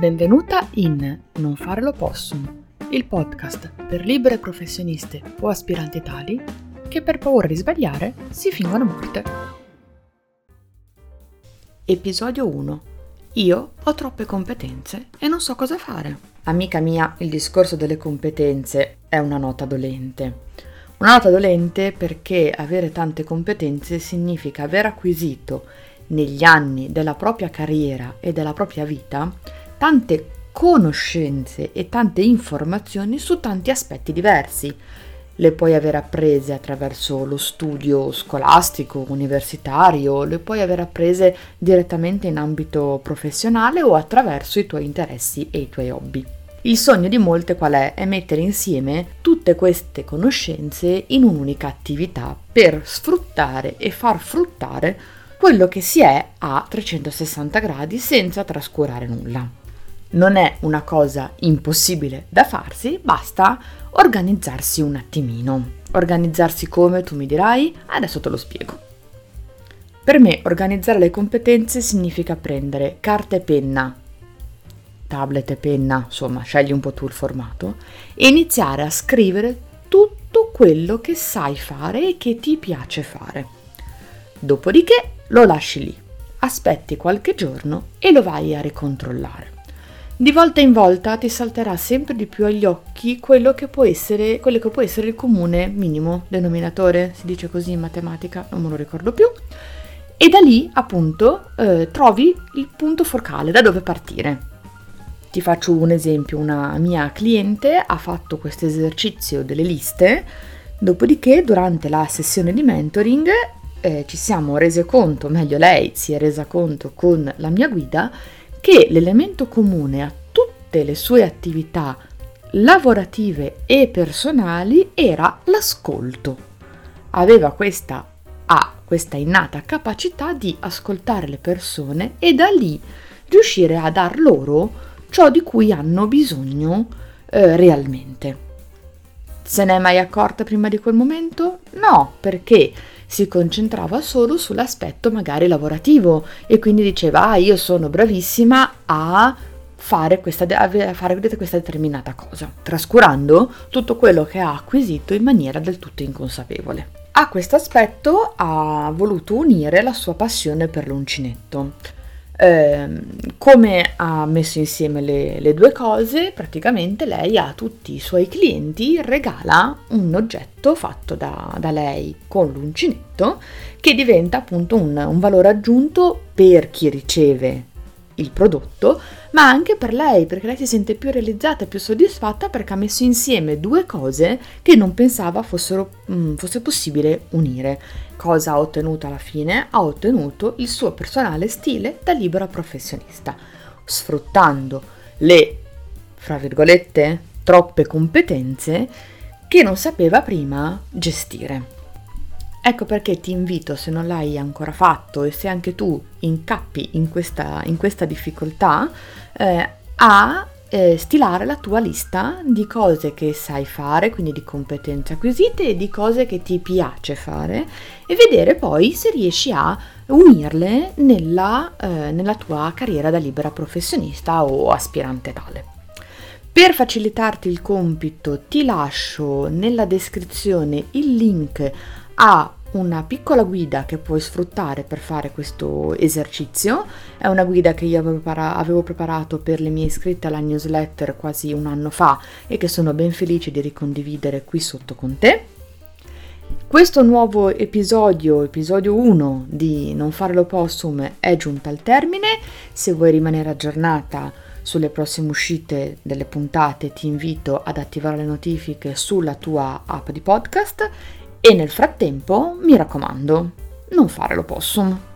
Benvenuta in Non fare l'opossum, il podcast per libere professioniste o aspiranti tali che per paura di sbagliare si fingono morte. Episodio 1. Io ho troppe competenze e non so cosa fare. Amica mia, il discorso delle competenze è una nota dolente. Una nota dolente perché avere tante competenze significa aver acquisito negli anni della propria carriera e della propria vita tante conoscenze e tante informazioni su tanti aspetti diversi. Le puoi aver apprese attraverso lo studio scolastico, universitario, le puoi aver apprese direttamente in ambito professionale o attraverso i tuoi interessi e i tuoi hobby. Il sogno di molte qual è? È mettere insieme tutte queste conoscenze in un'unica attività per sfruttare e far fruttare quello che si è a 360 gradi senza trascurare nulla. Non è una cosa impossibile da farsi, basta organizzarsi un attimino. Organizzarsi come, tu mi dirai? Adesso te lo spiego. Per me organizzare le competenze significa prendere carta e penna, tablet e penna, insomma, scegli un po' tu il formato, e iniziare a scrivere tutto quello che sai fare e che ti piace fare. Dopodiché lo lasci lì, aspetti qualche giorno e lo vai a ricontrollare. Di volta in volta ti salterà sempre di più agli occhi quello che può essere il comune minimo denominatore, si dice così in matematica, non me lo ricordo più, e da lì appunto trovi il punto focale da dove partire. Ti faccio un esempio: una mia cliente ha fatto questo esercizio delle liste, dopodiché durante la sessione di mentoring ci siamo rese conto, meglio lei si è resa conto con la mia guida, che l'elemento comune a tutte le sue attività lavorative e personali era l'ascolto. Ha questa innata capacità di ascoltare le persone e da lì riuscire a dar loro ciò di cui hanno bisogno realmente. Se ne è mai accorta prima di quel momento? No, perché si concentrava solo sull'aspetto magari lavorativo e quindi diceva io sono bravissima a fare questa determinata cosa, trascurando tutto quello che ha acquisito in maniera del tutto inconsapevole. A questo aspetto ha voluto unire la sua passione per l'uncinetto. Come ha messo insieme le due cose? Praticamente lei a tutti i suoi clienti regala un oggetto fatto da lei con l'uncinetto che diventa appunto un valore aggiunto per chi riceve il prodotto, ma anche per lei, perché lei si sente più realizzata e più soddisfatta perché ha messo insieme due cose che non pensava fosse possibile unire. Cosa ha ottenuto alla fine? Ha ottenuto il suo personale stile da libera professionista, sfruttando le, fra virgolette, troppe competenze che non sapeva prima gestire. Ecco perché ti invito, se non l'hai ancora fatto e se anche tu incappi in questa difficoltà, a stilare la tua lista di cose che sai fare, quindi di competenze acquisite e di cose che ti piace fare, e vedere poi se riesci a unirle nella tua carriera da libera professionista o aspirante tale. Per facilitarti il compito ti lascio nella descrizione il link a una piccola guida che puoi sfruttare per fare questo esercizio. È una guida che io avevo preparato per le mie iscritte alla newsletter quasi un anno fa e che sono ben felice di ricondividere qui sotto con te. Questo nuovo episodio 1 di Non fare l'opossum è giunto al termine. Se vuoi rimanere aggiornata sulle prossime uscite delle puntate ti invito ad attivare le notifiche sulla tua app di podcast. E nel frattempo, mi raccomando, non fare l'opossum.